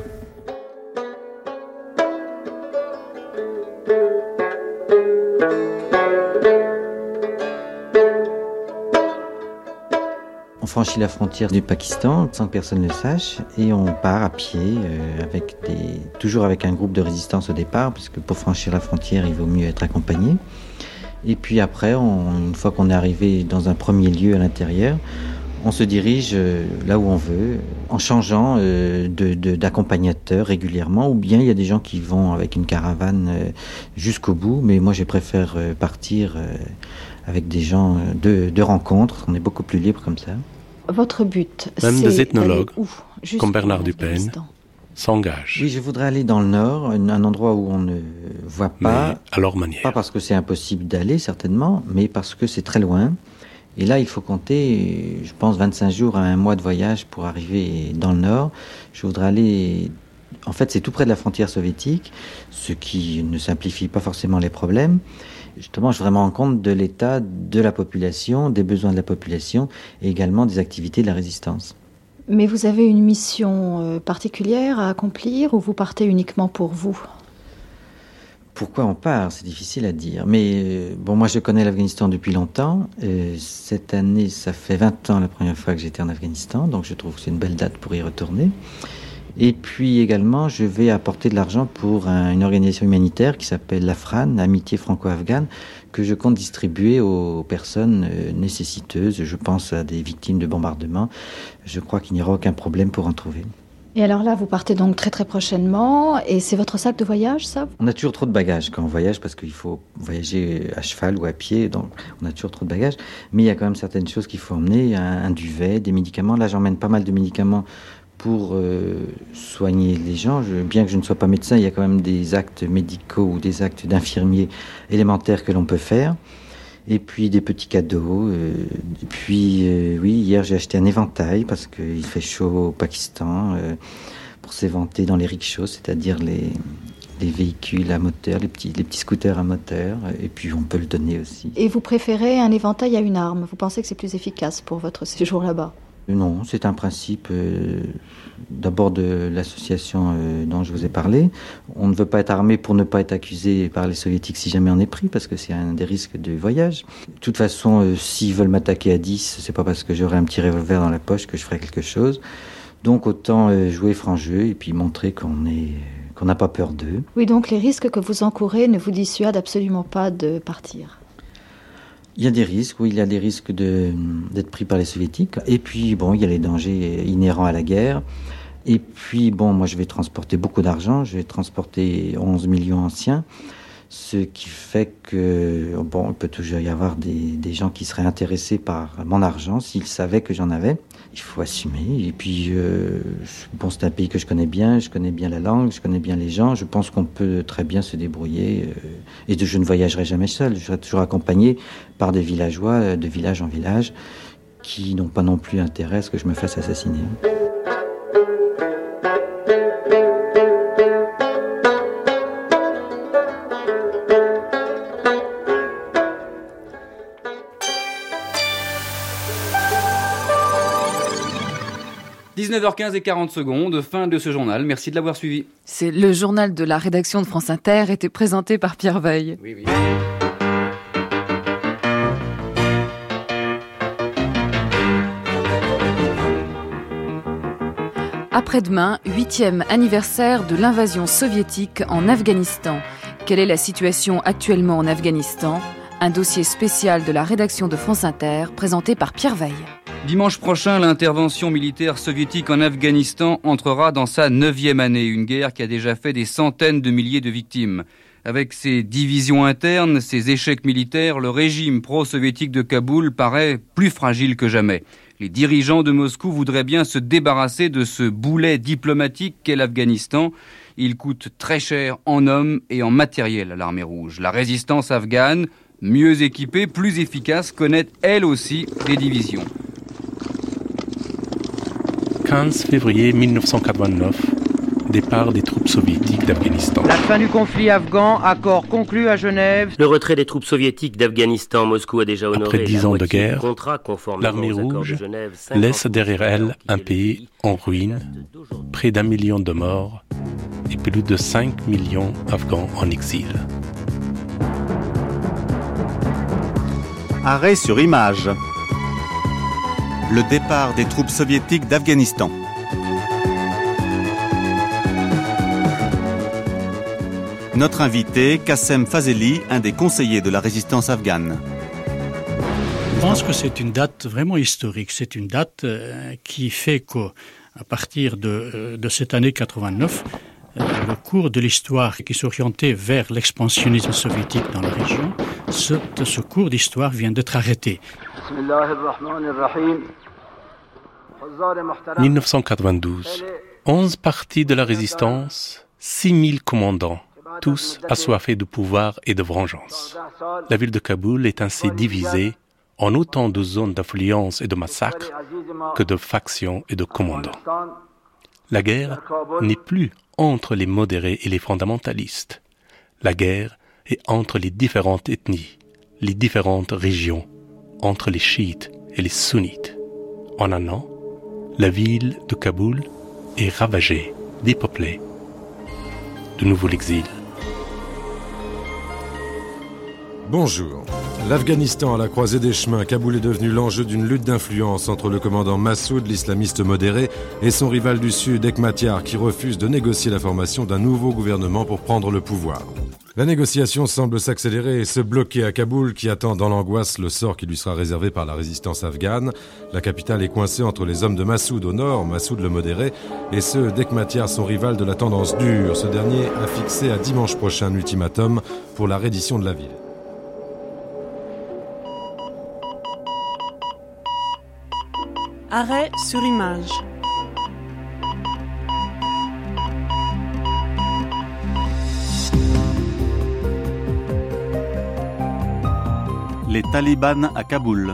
On franchit la frontière du Pakistan sans que personne ne le sache et on part à pied toujours avec un groupe de résistance au départ, parce que pour franchir la frontière il vaut mieux être accompagné. Et puis après, une fois qu'on est arrivé dans un premier lieu à l'intérieur, on se dirige là où on veut, en changeant d'accompagnateur régulièrement, ou bien il y a des gens qui vont avec une caravane jusqu'au bout, mais moi je préfère partir avec des gens de rencontre, on est beaucoup plus libre comme ça. Votre but, même des ethnologues, comme Bernard Dupen, s'engagent. Oui, je voudrais aller dans le nord, un endroit où on ne voit pas. Mais à leur manière. Pas parce que c'est impossible d'aller, certainement, mais parce que c'est très loin. Et là, il faut compter, je pense, 25 jours à un mois de voyage pour arriver dans le nord. Je voudrais aller... En fait, c'est tout près de la frontière soviétique, ce qui ne simplifie pas forcément les problèmes. Justement, je voudrais me rendre compte de l'état de la population, des besoins de la population et également des activités de la résistance. Mais vous avez une mission particulière à accomplir ou vous partez uniquement pour vous ? Pourquoi on part, c'est difficile à dire. Mais bon, moi je connais l'Afghanistan depuis longtemps. Cette année, ça fait 20 ans la première fois que j'étais en Afghanistan, donc je trouve que c'est une belle date pour y retourner. Et puis également, je vais apporter de l'argent pour une organisation humanitaire qui s'appelle l'AFRAN, Amitié Franco-Afghane, que je compte distribuer aux personnes nécessiteuses. Je pense à des victimes de bombardements. Je crois qu'il n'y aura aucun problème pour en trouver. Et alors là, vous partez donc très très prochainement, et c'est votre sac de voyage, ça ? On a toujours trop de bagages quand on voyage, parce qu'il faut voyager à cheval ou à pied, donc on a toujours trop de bagages. Mais il y a quand même certaines choses qu'il faut emmener, un duvet, des médicaments. Là, j'emmène pas mal de médicaments pour soigner les gens. Bien que je ne sois pas médecin, il y a quand même des actes médicaux ou des actes d'infirmiers élémentaires que l'on peut faire. Et puis des petits cadeaux. Et puis, oui, hier j'ai acheté un éventail parce qu'il fait chaud au Pakistan pour s'éventer dans les rickshaws, c'est-à-dire les véhicules à moteur, les petits scooters à moteur, et puis on peut le donner aussi. Et vous préférez un éventail à une arme? Vous pensez que c'est plus efficace pour votre séjour là-bas? Non, c'est un principe d'abord de l'association dont je vous ai parlé. On ne veut pas être armé pour ne pas être accusé par les soviétiques si jamais on est pris, parce que c'est un des risques du voyage. De toute façon, s'ils veulent m'attaquer à 10, c'est pas parce que j'aurai un petit revolver dans la poche que je ferai quelque chose. Donc autant jouer franc jeu et puis montrer qu'on n'a pas peur d'eux. Oui, donc les risques que vous encourez ne vous dissuadent absolument pas de partir. Il y a des risques, oui, il y a des risques d'être pris par les soviétiques. Et puis, bon, il y a les dangers inhérents à la guerre. Et puis, bon, moi, je vais transporter beaucoup d'argent. Je vais transporter 11 millions anciens. Ce qui fait que, bon, il peut toujours y avoir des gens qui seraient intéressés par mon argent s'ils savaient que j'en avais. Il faut assumer. Et puis, bon, c'est un pays que je connais bien la langue, je connais bien les gens. Je pense qu'on peut très bien se débrouiller. Et je ne voyagerai jamais seul. Je serai toujours accompagné par des villageois, de village en village, qui n'ont pas non plus intérêt à ce que je me fasse assassiner. « 19h15 et 40 secondes, fin de ce journal. Merci de l'avoir suivi. » C'est le journal de la rédaction de France Inter, était présenté par Pierre Veil. Oui. Après-demain, 8e anniversaire de l'invasion soviétique en Afghanistan. Quelle est la situation actuellement en Afghanistan? Un dossier spécial de la rédaction de France Inter, présenté par Pierre Veil. Dimanche prochain, l'intervention militaire soviétique en Afghanistan entrera dans sa 9e année. Une guerre qui a déjà fait des centaines de milliers de victimes. Avec ses divisions internes, ses échecs militaires, le régime pro-soviétique de Kaboul paraît plus fragile que jamais. Les dirigeants de Moscou voudraient bien se débarrasser de ce boulet diplomatique qu'est l'Afghanistan. Il coûte très cher en hommes et en matériel à l'armée rouge. La résistance afghane, mieux équipée, plus efficace, connaît elle aussi des divisions. 15 février 1989, départ des troupes soviétiques d'Afghanistan. La fin du conflit afghan, accord conclu à Genève. Le retrait des troupes soviétiques d'Afghanistan, Moscou a déjà honoré. Après 10 ans de guerre, l'armée rouge laisse derrière elle un pays en ruine, près d'1 million de morts et plus de 5 millions d'Afghans en exil. Arrêt sur image. Le départ des troupes soviétiques d'Afghanistan. Notre invité, Qassem Fazeli, un des conseillers de la résistance afghane. Je pense que c'est une date vraiment historique. C'est une date qui fait qu'à partir de cette année 89, le cours de l'histoire qui s'orientait vers l'expansionnisme soviétique dans la région, ce cours d'histoire vient d'être arrêté. 1992, 11 partis de la résistance, 6000 commandants, tous assoiffés de pouvoir et de vengeance. La ville de Kaboul est ainsi divisée en autant de zones d'influence et de massacres que de factions et de commandants. La guerre n'est plus entre les modérés et les fondamentalistes. La guerre est entre les différentes ethnies, les différentes régions, entre les chiites et les sunnites. En un an, la ville de Kaboul est ravagée, dépeuplée. De nouveau l'exil. Bonjour. L'Afghanistan à la croisée des chemins, Kaboul est devenu l'enjeu d'une lutte d'influence entre le commandant Massoud, l'islamiste modéré, et son rival du Sud, Hekmatyar, qui refuse de négocier la formation d'un nouveau gouvernement pour prendre le pouvoir. La négociation semble s'accélérer et se bloquer à Kaboul, qui attend dans l'angoisse le sort qui lui sera réservé par la résistance afghane. La capitale est coincée entre les hommes de Massoud au nord, Massoud le modéré, et ceux d'Hekmatyar, son rival de la tendance dure. Ce dernier a fixé à dimanche prochain un ultimatum pour la reddition de la ville. Arrêt sur image. Les talibans à Kaboul.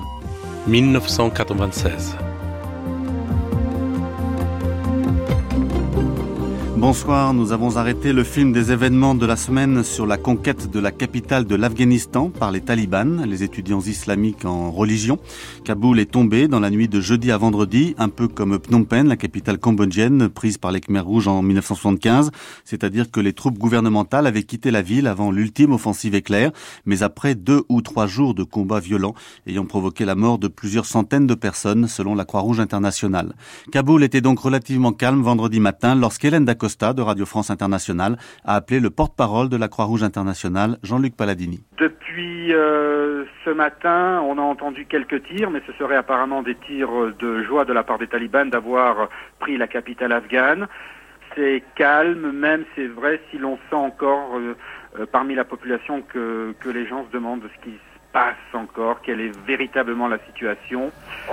1996. Bonsoir, nous avons arrêté le film des événements de la semaine sur la conquête de la capitale de l'Afghanistan par les talibans, les étudiants islamiques en religion. Kaboul est tombé dans la nuit de jeudi à vendredi, un peu comme Phnom Penh, la capitale cambodgienne, prise par les Khmers rouges en 1975. C'est-à-dire que les troupes gouvernementales avaient quitté la ville avant l'ultime offensive éclair, mais après 2 ou 3 jours de combats violents ayant provoqué la mort de plusieurs centaines de personnes, selon la Croix-Rouge internationale. Kaboul était donc relativement calme vendredi matin lorsqu'Hélène Dacosta de Radio France Internationale a appelé le porte-parole de la Croix-Rouge internationale, Jean-Luc Palladini. Depuis ce matin, on a entendu quelques tirs, mais ce seraient apparemment des tirs de joie de la part des talibans d'avoir pris la capitale afghane. C'est calme, même c'est vrai si l'on sent encore parmi la population que les gens se demandent de ce qui se passe encore, quelle est véritablement la situation.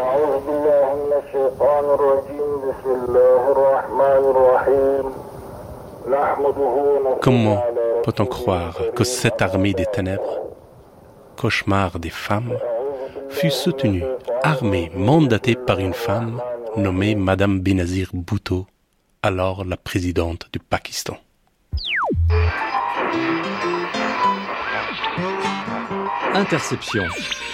Comment peut-on croire que cette armée des ténèbres, cauchemar des femmes, fut soutenue, armée, mandatée par une femme nommée Madame Benazir Bhutto, alors la présidente du Pakistan? Interception.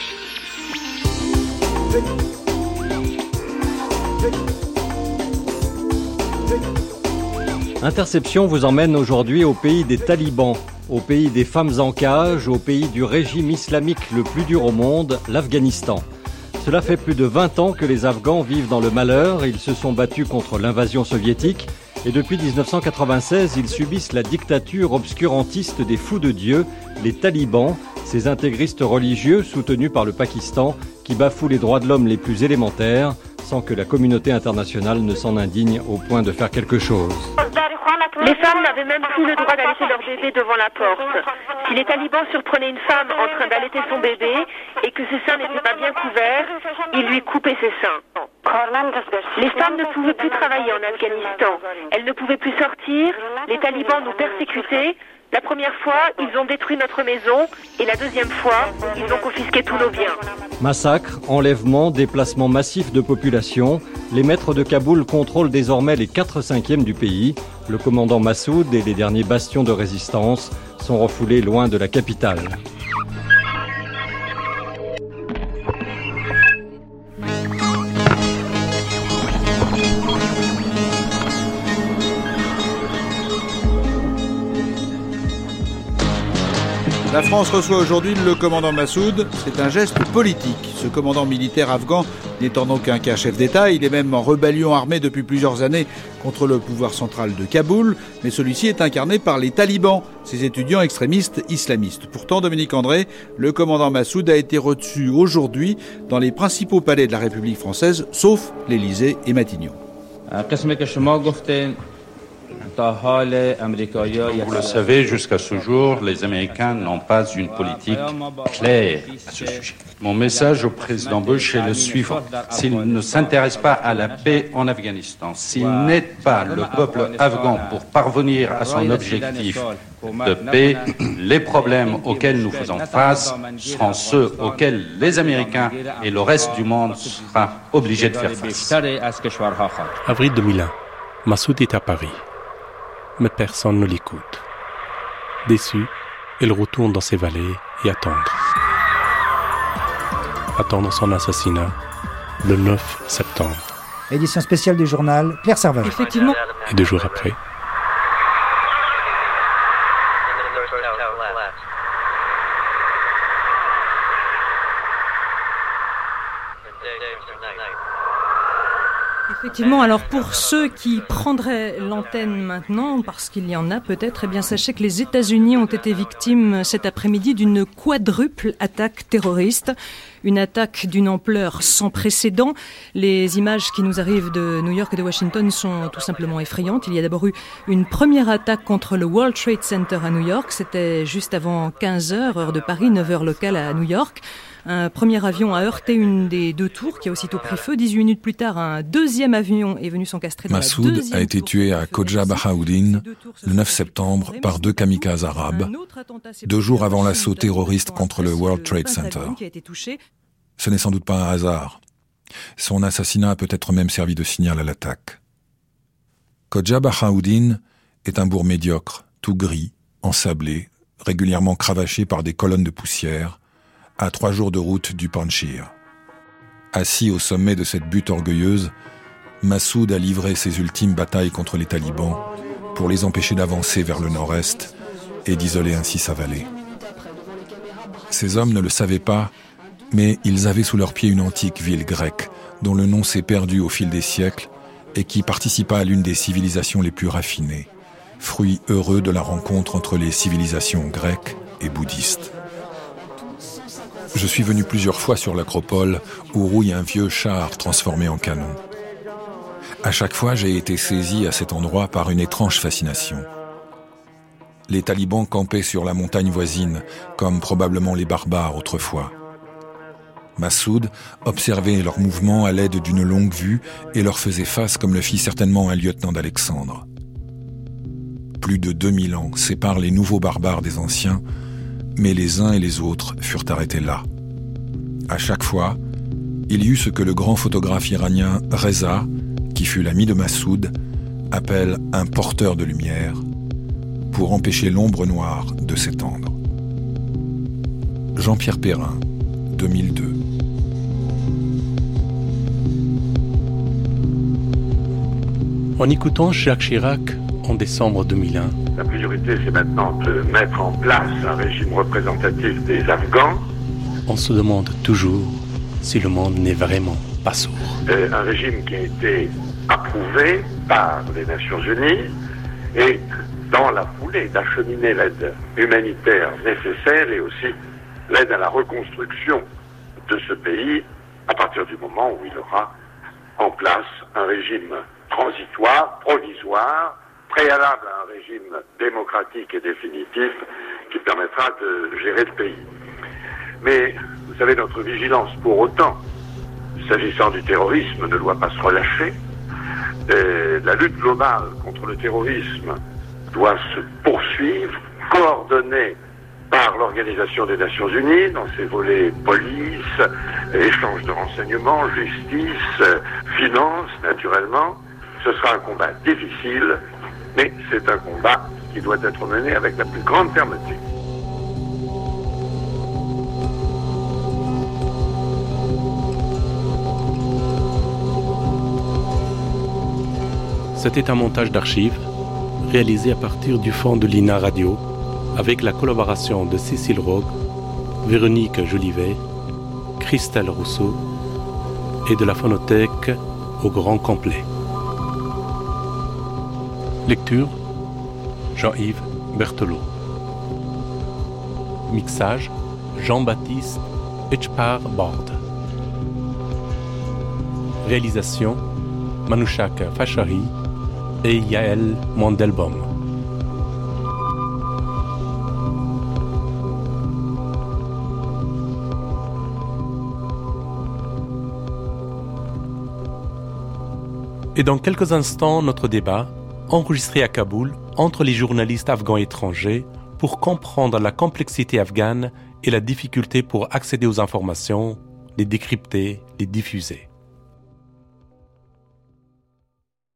Interception vous emmène aujourd'hui au pays des talibans, au pays des femmes en cage, au pays du régime islamique le plus dur au monde, l'Afghanistan. Cela fait plus de 20 ans que les Afghans vivent dans le malheur, ils se sont battus contre l'invasion soviétique et depuis 1996, ils subissent la dictature obscurantiste des fous de Dieu, les talibans, ces intégristes religieux soutenus par le Pakistan qui bafouent les droits de l'homme les plus élémentaires sans que la communauté internationale ne s'en indigne au point de faire quelque chose. Les femmes n'avaient même plus le droit d'allaiter leur bébé devant la porte. Si les talibans surprenaient une femme en train d'allaiter son bébé et que ses seins n'étaient pas bien couverts, ils lui coupaient ses seins. Les femmes ne pouvaient plus travailler en Afghanistan. Elles ne pouvaient plus sortir. Les talibans nous persécutaient. La première fois, ils ont détruit notre maison et la deuxième fois, ils ont confisqué tous nos biens. Massacres, enlèvements, déplacements massifs de population, les maîtres de Kaboul contrôlent désormais les 4/5 du pays. Le commandant Massoud et les derniers bastions de résistance sont refoulés loin de la capitale. La France reçoit aujourd'hui le commandant Massoud. C'est un geste politique. Ce commandant militaire afghan n'est en aucun cas chef d'État. Il est même en rébellion armée depuis plusieurs années contre le pouvoir central de Kaboul. Mais celui-ci est incarné par les talibans, ces étudiants extrémistes islamistes. Pourtant, Dominique André, le commandant Massoud a été reçu aujourd'hui dans les principaux palais de la République française, sauf l'Élysée et Matignon. Vous le savez, jusqu'à ce jour, les Américains n'ont pas une politique claire à ce sujet. Mon message au président Bush est le suivant. S'il ne s'intéresse pas à la paix en Afghanistan, s'il n'aide pas le peuple afghan pour parvenir à son objectif de paix, les problèmes auxquels nous faisons face seront ceux auxquels les Américains et le reste du monde sera obligés de faire face. Avril 2001, Massoud est à Paris. Mais personne ne l'écoute. Déçu, il retourne dans ses vallées et attendre son assassinat le 9 septembre. Édition spéciale du journal, Claire Serval. Effectivement. Et 2 jours après, Effectivement, alors pour ceux qui prendraient l'antenne maintenant, parce qu'il y en a peut-être, eh bien sachez que les États-Unis ont été victimes cet après-midi d'une quadruple attaque terroriste. Une attaque d'une ampleur sans précédent. Les images qui nous arrivent de New York et de Washington sont tout simplement effrayantes. Il y a d'abord eu une première attaque contre le World Trade Center à New York. C'était juste avant 15h, heure de Paris, 9h locale à New York. Un premier avion a heurté une des 2 tours qui a aussitôt pris feu. 18 minutes plus tard, un deuxième avion est venu s'encastrer dans la deuxième tour. Massoud a été tué à Khoja Bahauddin le 9 septembre par 2 kamikazes arabes, 2 jours avant l'assaut terroriste contre le World Trade Center. Ce n'est sans doute pas un hasard. Son assassinat a peut-être même servi de signal à l'attaque. Khoja Bahauddin est un bourg médiocre, tout gris, ensablé, régulièrement cravaché par des colonnes de poussière, à 3 jours de route du Panjshir. Assis au sommet de cette butte orgueilleuse, Massoud a livré ses ultimes batailles contre les talibans pour les empêcher d'avancer vers le nord-est et d'isoler ainsi sa vallée. Ces hommes ne le savaient pas, mais ils avaient sous leurs pieds une antique ville grecque dont le nom s'est perdu au fil des siècles et qui participa à l'une des civilisations les plus raffinées, fruit heureux de la rencontre entre les civilisations grecques et bouddhistes. Je suis venu plusieurs fois sur l'acropole où rouille un vieux char transformé en canon. À chaque fois, j'ai été saisi à cet endroit par une étrange fascination. Les talibans campaient sur la montagne voisine, comme probablement les barbares autrefois. Massoud observait leurs mouvements à l'aide d'une longue vue et leur faisait face comme le fit certainement un lieutenant d'Alexandre. Plus de 2000 ans séparent les nouveaux barbares des anciens, mais les uns et les autres furent arrêtés là. À chaque fois, il y eut ce que le grand photographe iranien Reza, qui fut l'ami de Massoud, appelle un porteur de lumière, pour empêcher l'ombre noire de s'étendre. Jean-Pierre Perrin, 2002. En écoutant Jacques Chirac en décembre 2001, la priorité, c'est maintenant de mettre en place un régime représentatif des Afghans. On se demande toujours si le monde n'est vraiment pas sourd. Un régime qui a été approuvé par les Nations Unies et dans la foulée d'acheminer l'aide humanitaire nécessaire et aussi l'aide à la reconstruction de ce pays à partir du moment où il aura en place un régime transitoire, provisoire, préalable à un régime démocratique et définitif qui permettra de gérer le pays. Mais vous savez, notre vigilance pour autant, s'agissant du terrorisme, ne doit pas se relâcher. La lutte globale contre le terrorisme doit se poursuivre, coordonnée par l'Organisation des Nations Unies dans ses volets police, échange de renseignements, justice, finance, naturellement. Ce sera un combat difficile, mais c'est un combat qui doit être mené avec la plus grande fermeté. C'était un montage d'archives réalisé à partir du fond de l'INA Radio avec la collaboration de Cécile Rogue, Véronique Jolivet, Christelle Rousseau et de la Phonothèque au grand complet. Lecture Jean-Yves Berthelot. Mixage Jean-Baptiste Etchpar Borde. Réalisation Manouchak Fachari et Yael Mandelbaum. Et dans quelques instants, notre débat, enregistré à Kaboul entre les journalistes afghans étrangers pour comprendre la complexité afghane et la difficulté pour accéder aux informations, les décrypter, les diffuser.